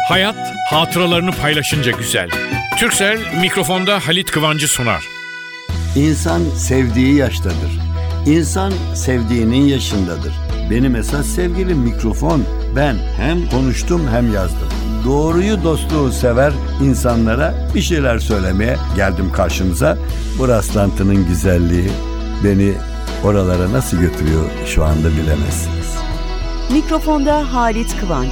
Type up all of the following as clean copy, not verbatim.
Hayat hatıralarını paylaşınca güzel. Turkcell mikrofonda Halit Kıvancı sunar. İnsan sevdiği yaştadır. İnsan sevdiğinin yaşındadır. Benim esas sevgilim mikrofon. Ben hem konuştum hem yazdım. Doğruyu, dostluğu sever insanlara bir şeyler söylemeye geldim karşınıza. Bu rastlantının güzelliği beni oralara nasıl götürüyor şu anda bilemezsiniz. Mikrofonda Halit Kıvanç.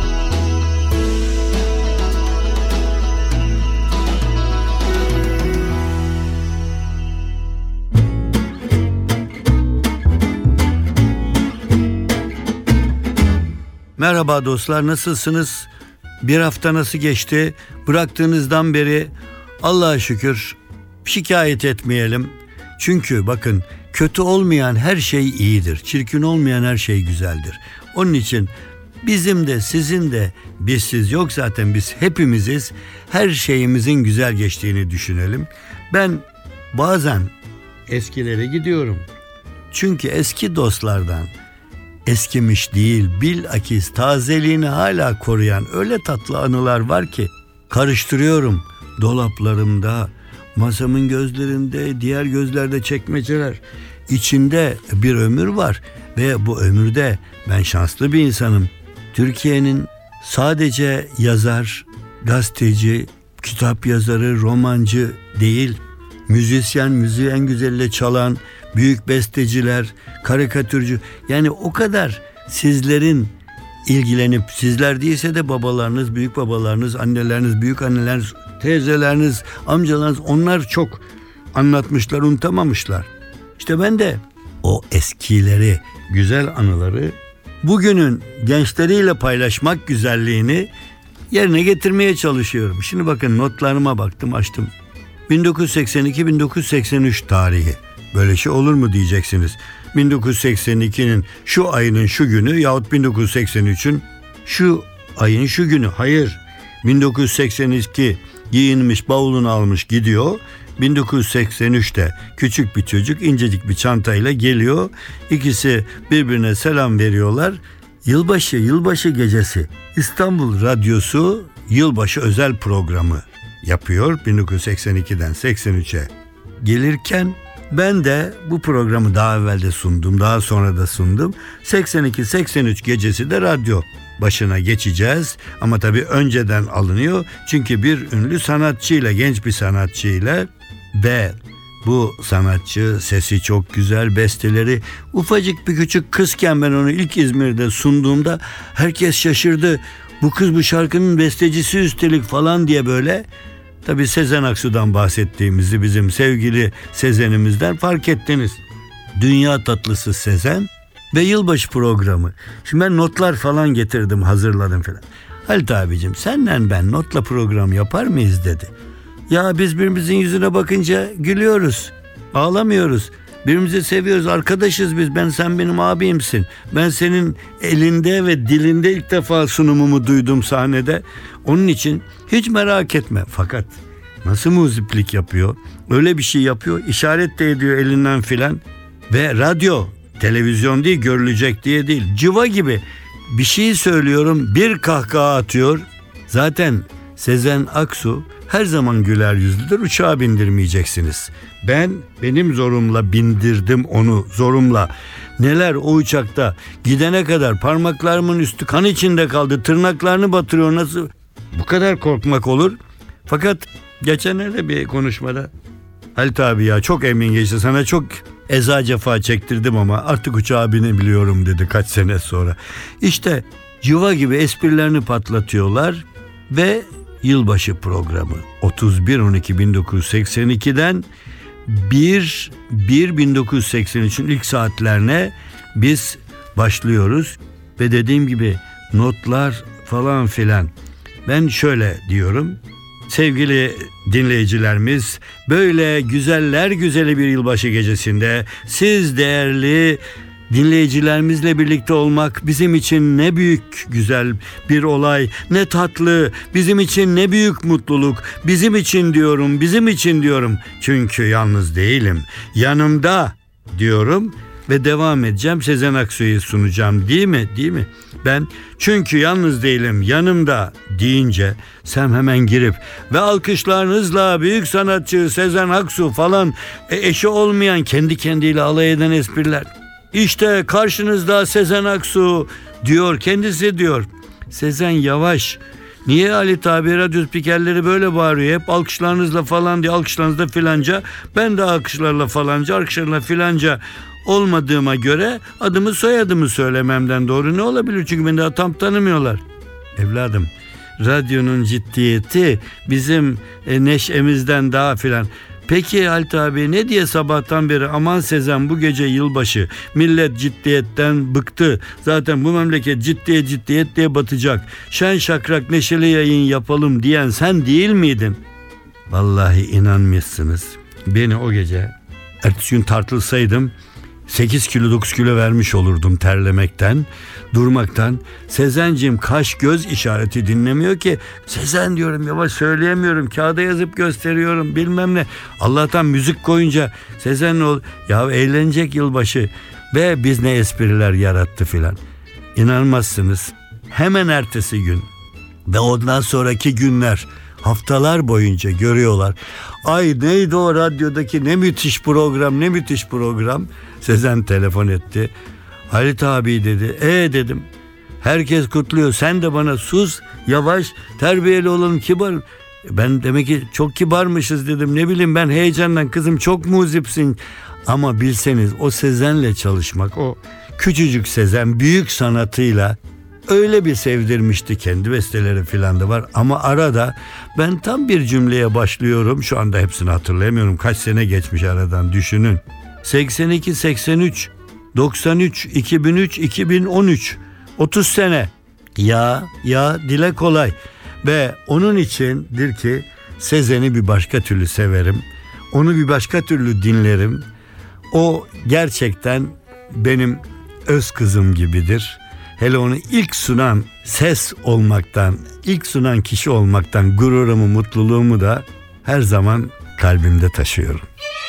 Merhaba dostlar, nasılsınız? Bir hafta nasıl geçti? Bıraktığınızdan beri Allah'a şükür şikayet etmeyelim. Çünkü bakın, kötü olmayan her şey iyidir. Çirkin olmayan her şey güzeldir. Onun için bizim de sizin de bizsiz yok zaten, biz hepimiziz. Her şeyimizin güzel geçtiğini düşünelim. Ben bazen eskilere gidiyorum. Çünkü eski dostlardan eskimiş değil, bilakis tazeliğini hala koruyan öyle tatlı anılar var ki karıştırıyorum. Dolaplarımda, masamın gözlerinde, diğer gözlerde çekmeceler. İçinde bir ömür var ve bu ömürde ben şanslı bir insanım. Türkiye'nin sadece yazar, gazeteci, kitap yazarı, romancı değil, müzisyen, müziği en güzelle çalan, büyük besteciler, karikatürcü, yani o kadar sizlerin ilgilenip, sizler değilse de babalarınız, büyük babalarınız, anneleriniz, büyük anneleriniz, teyzeleriniz, amcalarınız, onlar çok anlatmışlar, unutamamışlar. İşte ben de o eskileri, güzel anıları bugünün gençleriyle paylaşmak güzelliğini yerine getirmeye çalışıyorum. Şimdi bakın, notlarıma baktım, açtım. 1982-1983 tarihi. Böyle şey olur mu diyeceksiniz. 1982'nin şu ayının şu günü yahut 1983'ün şu ayın şu günü. Hayır. 1982 giyinmiş, bavulunu almış gidiyor. 1983'te küçük bir çocuk incecik bir çantayla geliyor. İkisi birbirine selam veriyorlar. Yılbaşı gecesi İstanbul Radyosu yılbaşı özel programı yapıyor 1982'den 83'e gelirken. Ben de bu programı daha evvel de sundum, daha sonra da sundum. 82-83 gecesi de radyo başına geçeceğiz. Ama tabii önceden alınıyor. Çünkü bir ünlü sanatçıyla, genç bir sanatçıyla ve bu sanatçı sesi çok güzel, besteleri. Ufacık bir küçük kızken ben onu ilk İzmir'de sunduğumda herkes şaşırdı. Bu kız bu şarkının bestecisi üstelik falan diye böyle. Tabii Sezen Aksu'dan bahsettiğimizi, bizim sevgili Sezen'imizden fark ettiniz. Dünya tatlısı Sezen ve yılbaşı programı. Şimdi ben notlar falan getirdim, hazırladım falan. Halit abicim, senle ben notla program yapar mıyız dedi. Ya biz birbirimizin yüzüne bakınca gülüyoruz, ağlamıyoruz. Birbirimizi seviyoruz, arkadaşız biz. Sen benim abimsin. Ben senin elinde ve dilinde ilk defa sunumumu duydum sahnede. Onun için hiç merak etme. Fakat nasıl muziplik yapıyor? Öyle bir şey yapıyor. İşaret de ediyor elinden filan. Ve radyo, televizyon değil, görülecek diye değil. Cıva gibi bir şey söylüyorum, bir kahkaha atıyor. Zaten Sezen Aksu her zaman güler yüzlüdür. Uçağa bindirmeyeceksiniz. Benim zorumla bindirdim onu, zorumla. Neler o uçakta gidene kadar parmaklarımın üstü kan içinde kaldı. Tırnaklarını batırıyor, nasıl bu kadar korkmak olur? Fakat geçenlerde bir konuşmada Halit abi ya çok emin geçti, sana çok eza cefa çektirdim ama artık uçağa binebiliyorum dedi kaç sene sonra. İşte cıva gibi esprilerini patlatıyorlar ve yılbaşı programı 31-12-1982'den 1-1983'ün ilk saatlerine biz başlıyoruz ve dediğim gibi notlar falan filan. Ben şöyle diyorum, sevgili dinleyicilerimiz, böyle güzeller güzeli bir yılbaşı gecesinde siz değerli dinleyicilerimizle birlikte olmak bizim için ne büyük güzel bir olay, ne tatlı, bizim için ne büyük mutluluk, bizim için diyorum. Çünkü yalnız değilim, yanımda diyorum ve devam edeceğim. Sezen Aksu'yu sunacağım, değil mi? Değil mi? Ben çünkü yalnız değilim yanımda deyince sen hemen girip ve alkışlarınızla büyük sanatçı Sezen Aksu falan eşi olmayan kendi kendiyle alay eden espriler. İşte karşınızda Sezen Aksu diyor, kendisi diyor. Sezen yavaş. Niye Halit abi radyo spikerleri böyle bağırıyor? Hep alkışlarınızla falan diye, alkışlarınızla filanca. Ben de alkışlarla falanca, alkışlarla filanca olmadığıma göre adımı soyadımı söylememden doğru ne olabilir? Çünkü beni daha tam tanımıyorlar. Evladım, radyonun ciddiyeti bizim neşemizden daha filan. Peki Halit abi ne diye sabahtan beri aman Sezen bu gece yılbaşı, millet ciddiyetten bıktı. Zaten bu memleket ciddiyet diye batacak. Şen şakrak neşeli yayın yapalım diyen sen değil miydin? Vallahi inanmıyorsunuz. Beni o gece ertesi gün tartılsaydım 8 kilo 9 kilo vermiş olurdum terlemekten, durmaktan. Sezenciğim kaş göz işareti dinlemiyor ki. Sezen diyorum, yavaş söyleyemiyorum, kağıda yazıp gösteriyorum bilmem ne. Allah'tan müzik koyunca Sezen ne olur? Ya eğlenecek yılbaşı ve biz ne espriler yarattı filan. İnanmazsınız. Hemen ertesi gün ve ondan sonraki günler, haftalar boyunca görüyorlar. Ay neydi o radyodaki ne müthiş program. Sezen telefon etti. Halit abi dedi. Dedim. Herkes kutluyor. Sen de bana sus, yavaş, terbiyeli olalım, kibar. Ben demek ki çok kibarmışız dedim. Ne bileyim ben heyecandan, kızım çok muzipsin. Ama bilseniz o Sezen'le çalışmak, o küçücük Sezen büyük sanatıyla öyle bir sevdirmişti, kendi besteleri filan da var. Ama arada ben tam bir cümleye başlıyorum. Şu anda hepsini hatırlayamıyorum. Kaç sene geçmiş aradan, düşünün. 82, 83, 93, 2003, 2013. 30 sene. Ya dile kolay. Ve onun içindir ki Sezen'i bir başka türlü severim. Onu bir başka türlü dinlerim. O gerçekten benim öz kızım gibidir. Hele onu ilk sunan ses olmaktan, ilk sunan kişi olmaktan gururumu, mutluluğumu da her zaman kalbimde taşıyorum.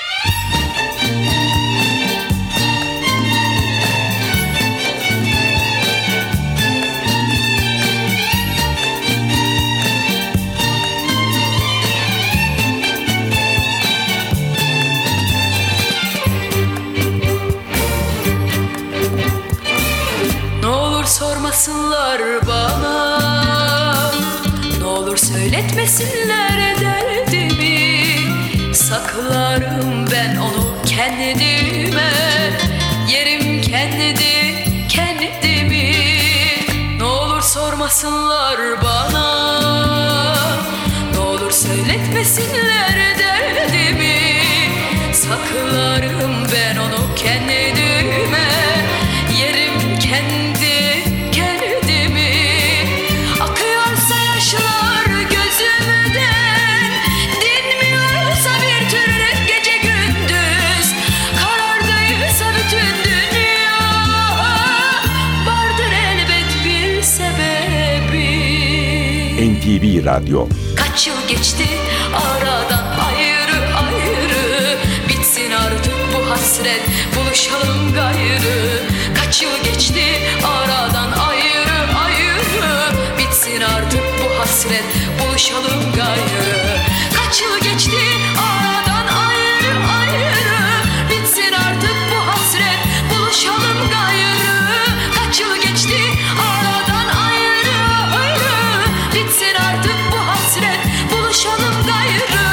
Sormasınlar bana, ne olur söyletmesinler derdimi. Saklarım ben onu kendime, yerim kendimi. Ne olur sormasınlar bana, ne olur söyletmesinler derdimi. Saklarım ben onu kendime, yerim kendimi. Akıyorsa yaşlar gözümden, dinmiyorsa bir türlü gece gündüz, karardıysa bütün dünya, vardır elbet bir sebebi. NTV Radyo. Kaç yıl geçti aradan ayrı, bitsin artık bu hasret, buluşalım gayrı. Kaç yıl geçti aradan ayrı, bitsin artık bu hasret, buluşalım gayrı. Kaç yıl geçti aradan ayrı, bitsin artık bu hasret, buluşalım gayrı. Kaç yıl geçti aradan ayrı, bitsin artık bu hasret, buluşalım gayrı.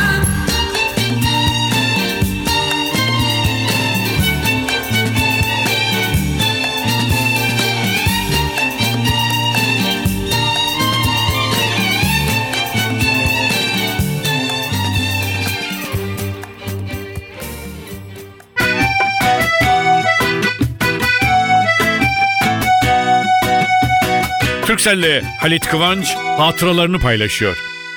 Turkcell'le Halit Kıvanç hatıralarını paylaşıyor.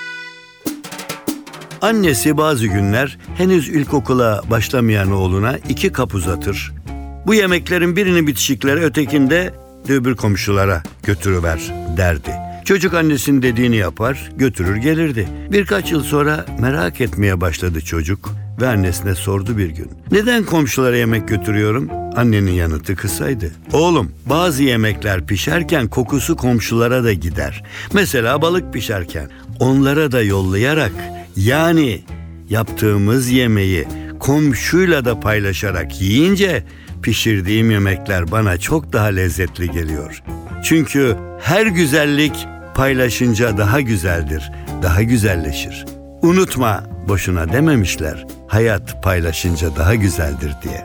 Annesi bazı günler henüz ilkokula başlamayan oğluna 2 kap uzatır. Bu yemeklerin birini bitişiklere, ötekinde de öbür komşulara götürüver derdi. Çocuk annesinin dediğini yapar, götürür gelirdi. Birkaç yıl sonra merak etmeye başladı çocuk. ve annesine sordu bir gün. Neden komşulara yemek götürüyorum? Annenin yanıtı kısaydı. Oğlum, bazı yemekler pişerken kokusu komşulara da gider. Mesela balık pişerken onlara da yollayarak, yani yaptığımız yemeği komşuyla da paylaşarak yiyince pişirdiğim yemekler bana çok daha lezzetli geliyor. Çünkü her güzellik paylaşınca daha güzeldir, daha güzelleşir. Unutma, boşuna dememişler, hayat paylaşınca daha güzeldir diye.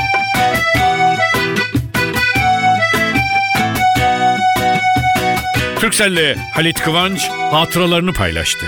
Turkcell'le Halit Kıvanç hatıralarını paylaştı.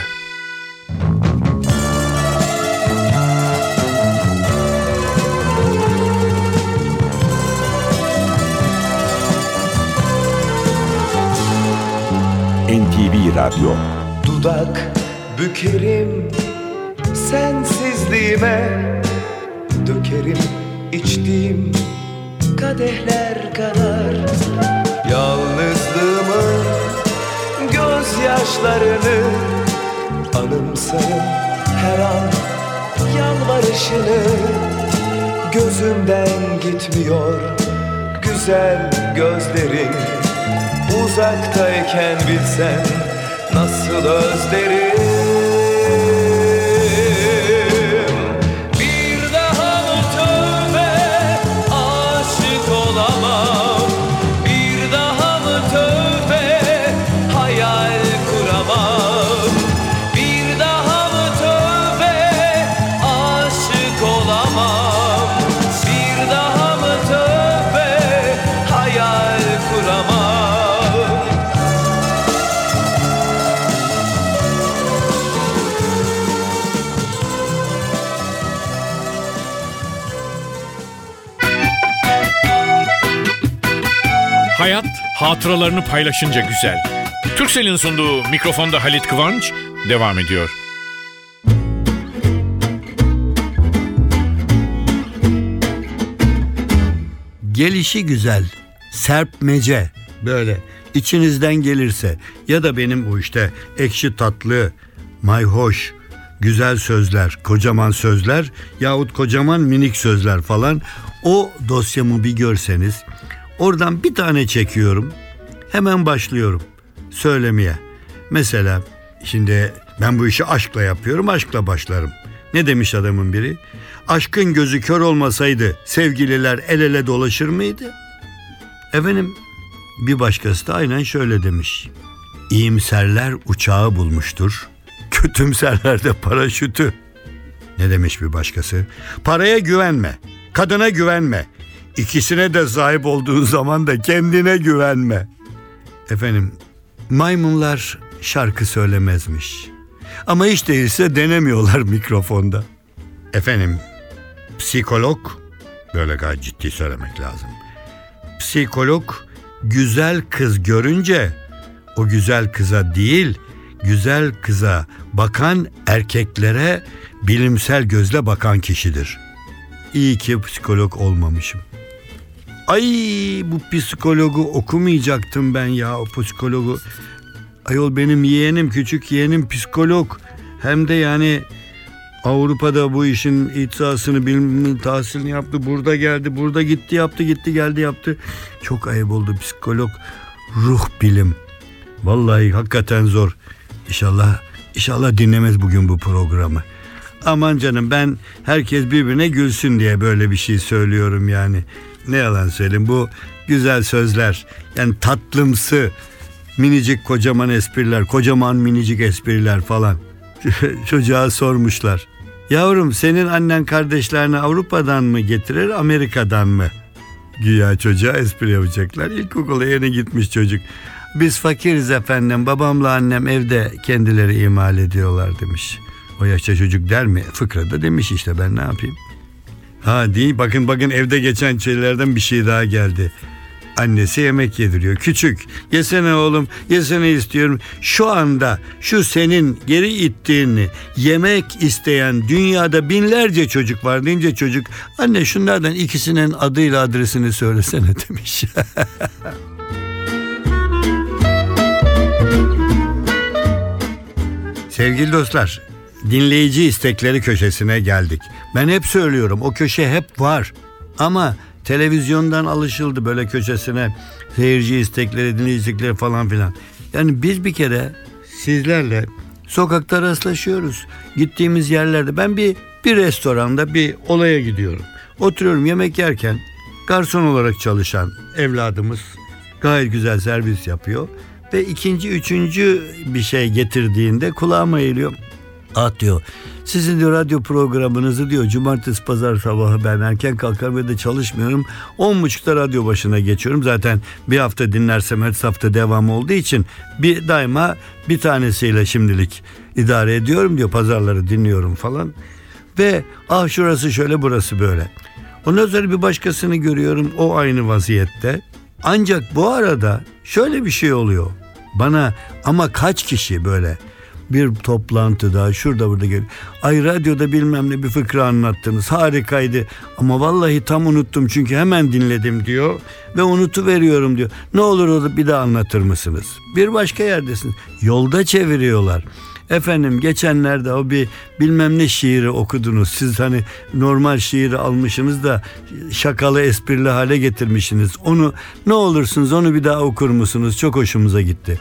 NTV Radyo. Dudak bükerim sensizliğime, dökerim içtiğim kadehler kadar. Yalnızlığımın gözyaşlarını anımsarım her an, yalvarışını. Gözümden gitmiyor güzel gözlerin, uzaktayken bilsen nasıl özlerim. Bir daha mı tövbe, aşık olamam. Bir daha mı tövbe, hayal kuramam. Bir daha mı tövbe, aşık olamam. Bir daha mı tövbe, hayal kuramam. Hayat hatıralarını paylaşınca güzel. Turkcell'in sunduğu Mikrofonda Halit Kıvanç devam ediyor. Gelişi güzel, serpmece, böyle içinizden gelirse ya da benim bu işte ekşi tatlı, mayhoş, güzel sözler, kocaman sözler yahut kocaman minik sözler falan, o dosyamı bir görseniz, oradan bir tane çekiyorum, hemen başlıyorum söylemeye. Mesela şimdi ben bu işi aşkla yapıyorum, aşkla başlarım. Ne demiş adamın biri? Aşkın gözü kör olmasaydı sevgililer el ele dolaşır mıydı? Efendim, bir başkası da aynen şöyle demiş. İyimserler uçağı bulmuştur, kötümserler de paraşütü. Ne demiş bir başkası? Paraya güvenme, kadına güvenme. İkisine de sahip olduğun zaman da kendine güvenme. Efendim, maymunlar şarkı söylemezmiş. Ama hiç değilse denemiyorlar mikrofonda. Efendim, psikolog, böyle gayet ciddi söylemek lazım. Psikolog güzel kız görünce o güzel kıza değil, güzel kıza bakan erkeklere bilimsel gözle bakan kişidir. İyi ki psikolog olmamışım. Ay, bu psikologu okumayacaktım ben ya, o psikologu. Ayol, benim yeğenim, küçük yeğenim psikolog. Hem de yani Avrupa'da bu işin ihtisasını, bilim tahsilini yaptı. Burada geldi, burada gitti, yaptı, gitti, geldi, yaptı. Çok ayıp oldu, psikolog. Ruh bilim. Vallahi hakikaten zor. İnşallah dinlemez bugün bu programı. Aman canım, ben herkes birbirine gülsün diye böyle bir şey söylüyorum yani. Ne yalan söyleyeyim, bu güzel sözler, yani tatlımsı, minicik kocaman espriler, kocaman minicik espriler falan. Çocuğa sormuşlar. Yavrum, senin annen kardeşlerini Avrupa'dan mı getirir, Amerika'dan mı? Güya çocuğa espri yapacaklar. İlkokula yeni gitmiş çocuk. Biz fakiriz efendim, babamla annem evde kendileri imal ediyorlar demiş. O yaşta çocuk der mi? Fıkrada demiş işte, ben ne yapayım? Ha değil, bakın evde geçen şeylerden bir şey daha geldi. Annesi yemek yediriyor. Küçük, yesene oğlum, yesene istiyorum. Şu anda şu senin geri ittiğini yemek isteyen dünyada binlerce çocuk var deyince çocuk, anne şunlardan ikisinin adıyla adresini söylesene demiş. Sevgili dostlar, dinleyici istekleri köşesine geldik. Ben hep söylüyorum, o köşe hep var. Ama televizyondan alışıldı böyle köşesine, seyirci istekleri, dinleyici istekleri falan filan. Yani biz bir kere sizlerle sokakta rastlaşıyoruz. Gittiğimiz yerlerde, ben bir restoranda bir olaya gidiyorum. Oturuyorum yemek yerken, garson olarak çalışan evladımız gayet güzel servis yapıyor. Ve ikinci, üçüncü bir şey getirdiğinde kulağıma eğiliyor. Ah diyor, sizin diyor radyo programınızı diyor cumartesi pazar sabahı ben erken kalkarım ve de çalışmıyorum. 10.30'da radyo başına geçiyorum. Zaten bir hafta dinlersem her hafta devam olduğu için daima bir tanesiyle şimdilik idare ediyorum diyor. Pazarları dinliyorum falan. Ve şurası şöyle, burası böyle. Ondan sonra bir başkasını görüyorum, o aynı vaziyette. Ancak bu arada şöyle bir şey oluyor. Bana ama kaç kişi böyle bir toplantıda şurada burada geliyor. Ay radyoda bilmem ne bir fıkra anlattınız, harikaydı ama vallahi tam unuttum çünkü hemen dinledim diyor ve unutuveriyorum diyor. Ne olur o da bir daha anlatır mısınız? Bir başka yerdesiniz. Yolda çeviriyorlar. Efendim geçenlerde o bir bilmem ne şiiri okudunuz. Siz hani normal şiiri almışsınız da şakalı esprili hale getirmişsiniz. Onu ne olursunuz onu bir daha okur musunuz? Çok hoşumuza gitti.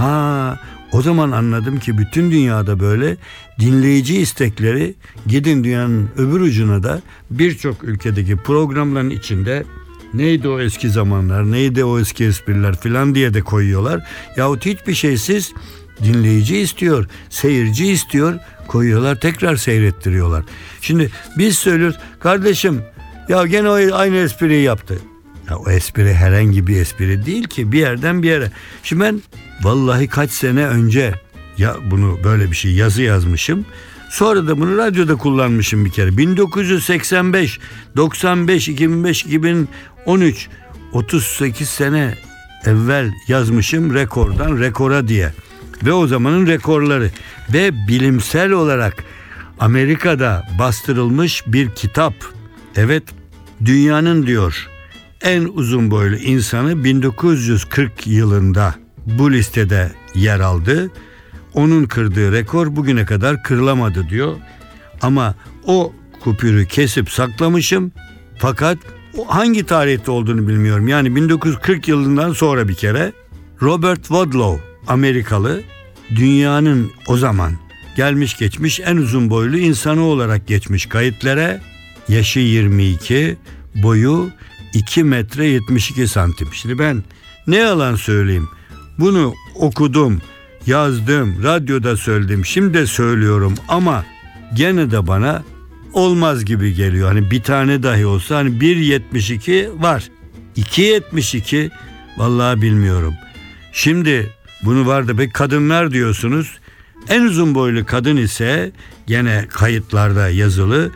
O zaman anladım ki bütün dünyada böyle dinleyici istekleri, gidin dünyanın öbür ucuna da birçok ülkedeki programların içinde neydi o eski zamanlar, neydi o eski espriler filan diye de koyuyorlar. Yahut hiçbir şeysiz dinleyici istiyor, seyirci istiyor, koyuyorlar, tekrar seyrettiriyorlar. Şimdi biz söylüyoruz, kardeşim ya gene aynı espriyi yaptı. Ya o espri herhangi bir espri değil ki, bir yerden bir yere. Şimdi ben vallahi kaç sene önce ya bunu böyle bir şey yazı yazmışım. Sonra da bunu radyoda kullanmışım bir kere. 1985, 95, 2005, 2013, 38 sene evvel yazmışım rekordan rekora diye. Ve o zamanın rekorları ve bilimsel olarak Amerika'da bastırılmış bir kitap. Evet, dünyanın diyor en uzun boylu insanı 1940 yılında bu listede yer aldı. Onun kırdığı rekor bugüne kadar kırılamadı diyor. Ama o kupürü kesip saklamışım. Fakat hangi tarihte olduğunu bilmiyorum. Yani 1940 yılından sonra bir kere Robert Wadlow, Amerikalı, dünyanın o zaman gelmiş geçmiş en uzun boylu insanı olarak geçmiş kayıtlara. Yaşı 22, boyu 2 metre 72 santim. Şimdi ben ne yalan söyleyeyim, bunu okudum, yazdım, radyoda söyledim, şimdi de söylüyorum ama gene de bana olmaz gibi geliyor. Hani bir tane dahi olsa, hani 1.72 var, 2.72 vallahi bilmiyorum. Şimdi bunu var da kadınlar diyorsunuz. En uzun boylu kadın ise gene kayıtlarda yazılı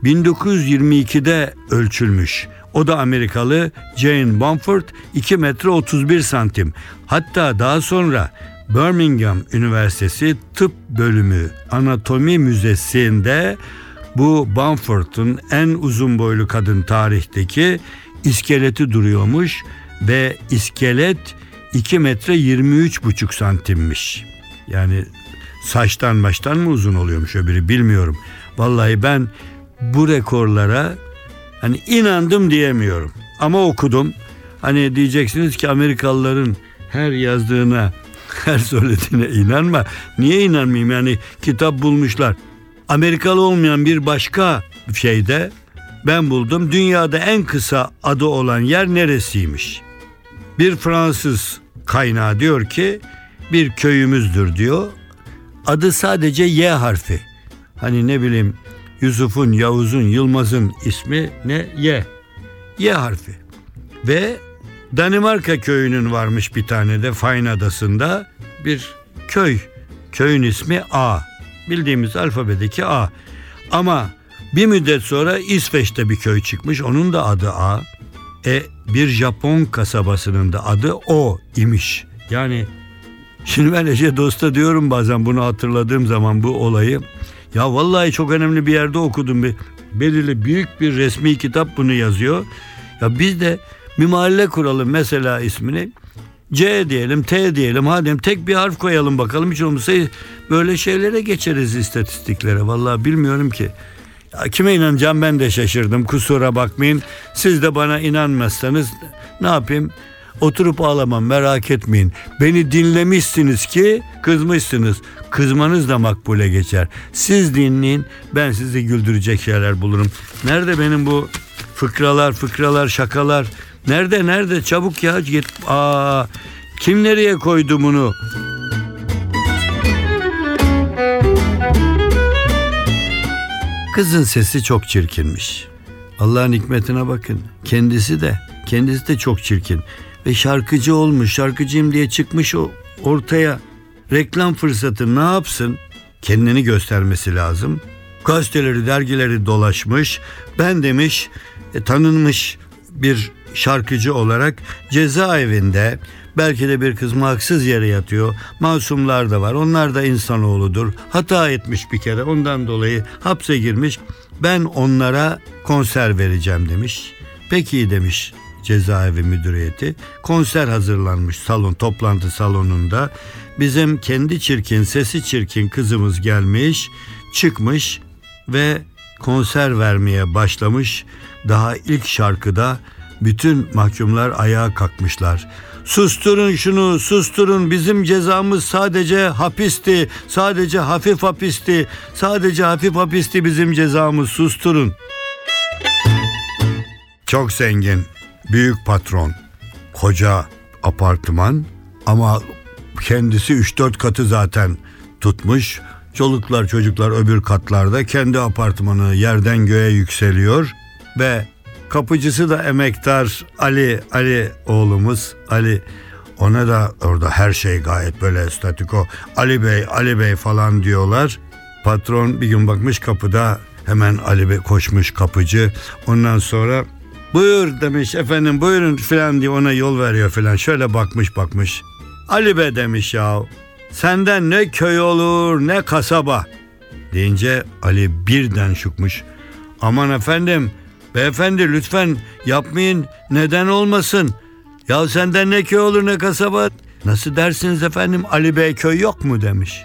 1922'de ölçülmüş. O da Amerikalı Jane Bamford, 2 metre 31 santim. Hatta daha sonra Birmingham Üniversitesi Tıp Bölümü Anatomi Müzesi'nde bu Bamford'un en uzun boylu kadın tarihteki iskeleti duruyormuş ve iskelet 2 metre 23,5 santimmiş. Yani saçtan baştan mı uzun oluyormuş öbürü bilmiyorum. Vallahi ben bu rekorlara hani inandım diyemiyorum. Ama okudum. Hani diyeceksiniz ki Amerikalıların her yazdığına, her söylediğine inanma. Niye inanmayayım? Yani kitap bulmuşlar. Amerikalı olmayan bir başka şeyde ben buldum. Dünyada en kısa adı olan yer neresiymiş? Bir Fransız kaynağı diyor ki bir köyümüzdür diyor. Adı sadece Y harfi. Hani ne bileyim Yusuf'un, Yavuz'un, Yılmaz'ın ismi ne? Y. Y harfi. Ve Danimarka köyünün varmış bir tane de Fyn Adası'nda bir köy. Köyün ismi A. Bildiğimiz alfabedeki A. Ama bir müddet sonra İsveç'te bir köy çıkmış. Onun da adı A. Bir Japon kasabasının da adı O imiş. Yani şimdi ben Ece Dost'a diyorum bazen bunu hatırladığım zaman bu olayı. Ya vallahi çok önemli bir yerde okudum. Belirli büyük bir resmi kitap bunu yazıyor. Ya biz de bir mahalle kuralım mesela ismini. C diyelim, T diyelim. Hadi tek bir harf koyalım bakalım. Hiç olmazsa böyle şeylere geçeriz, istatistiklere. Vallahi bilmiyorum ki. Ya kime inanacağım, ben de şaşırdım. Kusura bakmayın. Siz de bana inanmazsanız ne yapayım? Oturup ağlamam, merak etmeyin. Beni dinlemişsiniz ki kızmışsınız. Kızmanız da makbule geçer. Siz dinleyin, ben sizi güldürecek şeyler bulurum. Nerede benim bu fıkralar, şakalar? Nerede? Çabuk ya. Git. Kim nereye koydu bunu? Kızın sesi çok çirkinmiş. Allah'ın hikmetine bakın. Kendisi de çok çirkin. Ve şarkıcı olmuş, şarkıcıyım diye çıkmış ortaya. Reklam fırsatı, ne yapsın? Kendini göstermesi lazım. Gazeteleri, dergileri dolaşmış. Ben demiş, tanınmış bir şarkıcı olarak cezaevinde, belki de bir kısmı haksız yere yatıyor. Masumlar da var. Onlar da insanoğludur. Hata etmiş bir kere. Ondan dolayı hapse girmiş. Ben onlara konser vereceğim demiş. Peki demiş cezaevi müdüriyeti. Konser hazırlanmış toplantı salonunda. Bizim kendi çirkin, sesi çirkin kızımız gelmiş, çıkmış ve konser vermeye başlamış. Daha ilk şarkıda bütün mahkumlar ayağa kalkmışlar. Susturun şunu, susturun. Bizim cezamız sadece hapisti. Sadece hafif hapisti. Sadece hafif hapisti bizim cezamız. Susturun. Çok zengin, büyük patron, koca apartman ama kendisi 3-4 katı zaten tutmuş. Çoluklar çocuklar öbür katlarda, kendi apartmanı yerden göğe yükseliyor ve kapıcısı da emektar Ali oğlumuz Ali. Ona da orada her şey gayet böyle statiko. Ali Bey falan diyorlar. Patron bir gün bakmış kapıda, hemen Ali Bey koşmuş kapıcı. Ondan sonra buyur demiş, efendim buyurun filan diye ona yol veriyor filan. Şöyle bakmış. Ali Bey demiş, ya senden ne köy olur ne kasaba deyince Ali birden şukmuş. Aman efendim, beyefendi lütfen yapmayın, neden olmasın? Ya senden ne köy olur ne kasaba? Nasıl dersiniz efendim, Ali Bey köy yok mu demiş.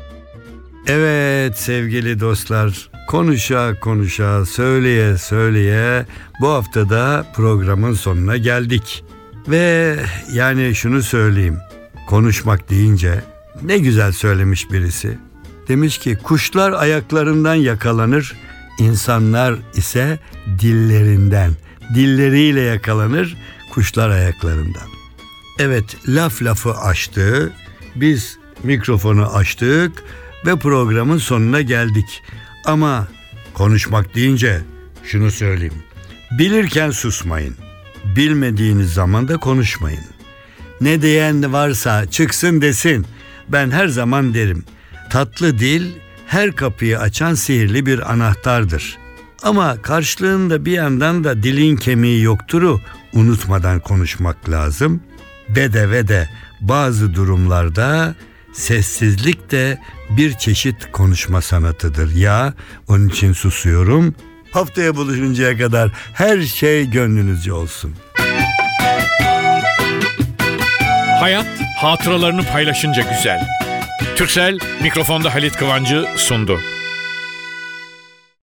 Evet sevgili dostlar, konuşa söyleye bu haftada programın sonuna geldik. Ve yani şunu söyleyeyim, konuşmak deyince ne güzel söylemiş birisi. Demiş ki kuşlar ayaklarından yakalanır, insanlar ise dilleriyle yakalanır, kuşlar ayaklarından. Evet, lafı açtı, biz mikrofonu açtık ve programın sonuna geldik. Ama konuşmak deyince şunu söyleyeyim, bilirken susmayın, bilmediğiniz zaman da konuşmayın. Ne diyen varsa çıksın desin. Ben her zaman derim, tatlı dil her kapıyı açan sihirli bir anahtardır. Ama karşılığında bir yandan da dilin kemiği yoktur'u unutmadan konuşmak lazım. Ve de bazı durumlarda sessizlik de bir çeşit konuşma sanatıdır. Ya onun için susuyorum. Haftaya buluşuncaya kadar her şey gönlünüzce olsun. Hayat hatıralarını paylaşınca güzel. Türksel mikrofonda Halit Kıvancı sundu.